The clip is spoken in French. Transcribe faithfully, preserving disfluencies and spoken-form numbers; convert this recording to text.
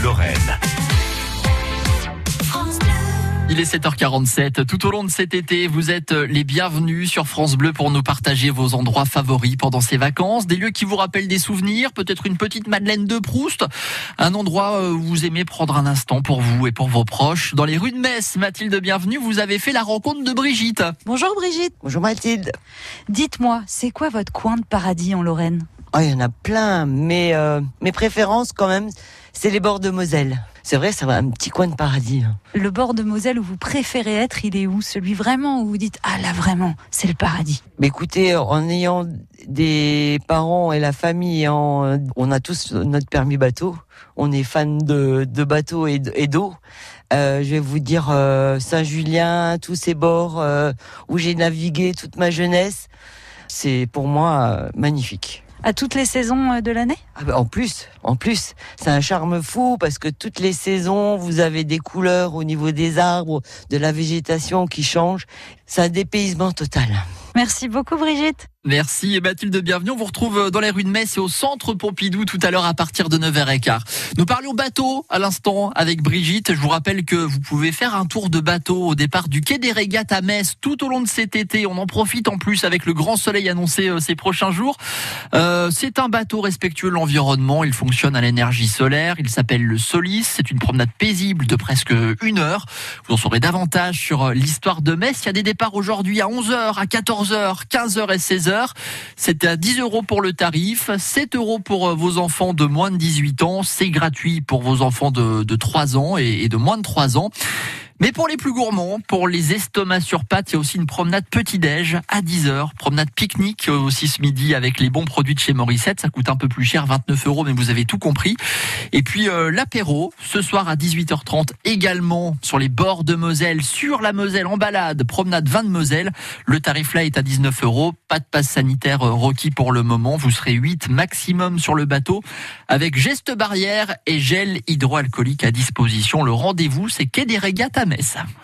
Lorraine. Il est sept heures quarante-sept. Tout au long de cet été, vous êtes les bienvenus sur France Bleu pour nous partager vos endroits favoris pendant ces vacances. Des lieux qui vous rappellent des souvenirs, peut-être une petite Madeleine de Proust. Un endroit où vous aimez prendre un instant pour vous et pour vos proches. Dans les rues de Metz, Mathilde, bienvenue. Vous avez fait la rencontre de Brigitte. Bonjour Brigitte. Bonjour Mathilde. Dites-moi, c'est quoi votre coin de paradis en Lorraine ? Oh, il y en a plein, mais euh, mes préférences quand même, c'est les bords de Moselle. C'est vrai, ça va un petit coin de paradis. Le bord de Moselle où vous préférez être, il est où ? Celui vraiment où vous dites « Ah là vraiment, c'est le paradis ». Mais écoutez, en ayant des parents et la famille, en, on a tous notre permis bateau. On est fan de, de bateaux et, et d'eau. Euh, je vais vous dire euh, Saint-Julien, tous ces bords euh, où j'ai navigué toute ma jeunesse. C'est pour moi euh, magnifique. À toutes les saisons de l'année ? Ah bah en plus, en plus, c'est un charme fou parce que toutes les saisons, vous avez des couleurs au niveau des arbres, de la végétation qui change. C'est un dépaysement total. Merci beaucoup Brigitte. Merci et Mathilde, bienvenue. On vous retrouve dans les rues de Metz et au centre Pompidou tout à l'heure à partir de neuf heures quinze. Nous parlions bateau à l'instant avec Brigitte. Je vous rappelle que vous pouvez faire un tour de bateau au départ du quai des Régates à Metz tout au long de cet été. On en profite en plus avec le grand soleil annoncé euh, ces prochains jours. Euh, c'est un bateau respectueux de l'environnement. Il fonctionne à l'énergie solaire. Il s'appelle le Solis. C'est une promenade paisible de presque une heure. Vous en saurez davantage sur l'histoire de Metz. Il y a des départs aujourd'hui à onze heures, à quatorze heures, quinze heures et seize heures. C'est à dix euros pour le tarif, sept euros pour vos enfants de moins de dix-huit ans. C'est gratuit pour vos enfants de, de trois ans et de moins de trois ans. Mais pour les plus gourmands, pour les estomacs sur pattes, il y a aussi une promenade petit-déj à dix heures. Promenade pique-nique aussi ce midi avec les bons produits de chez Morissette. Ça coûte un peu plus cher, vingt-neuf euros, mais vous avez tout compris. Et puis euh, l'apéro, ce soir à dix-huit heures trente, également sur les bords de Moselle, sur la Moselle en balade, promenade vin de Moselle. Le tarif là est à dix-neuf euros. Pas de passe sanitaire requis pour le moment. Vous serez huit maximum sur le bateau avec geste barrière et gel hydroalcoolique à disposition. Le rendez-vous, c'est quai des Régates à Metz.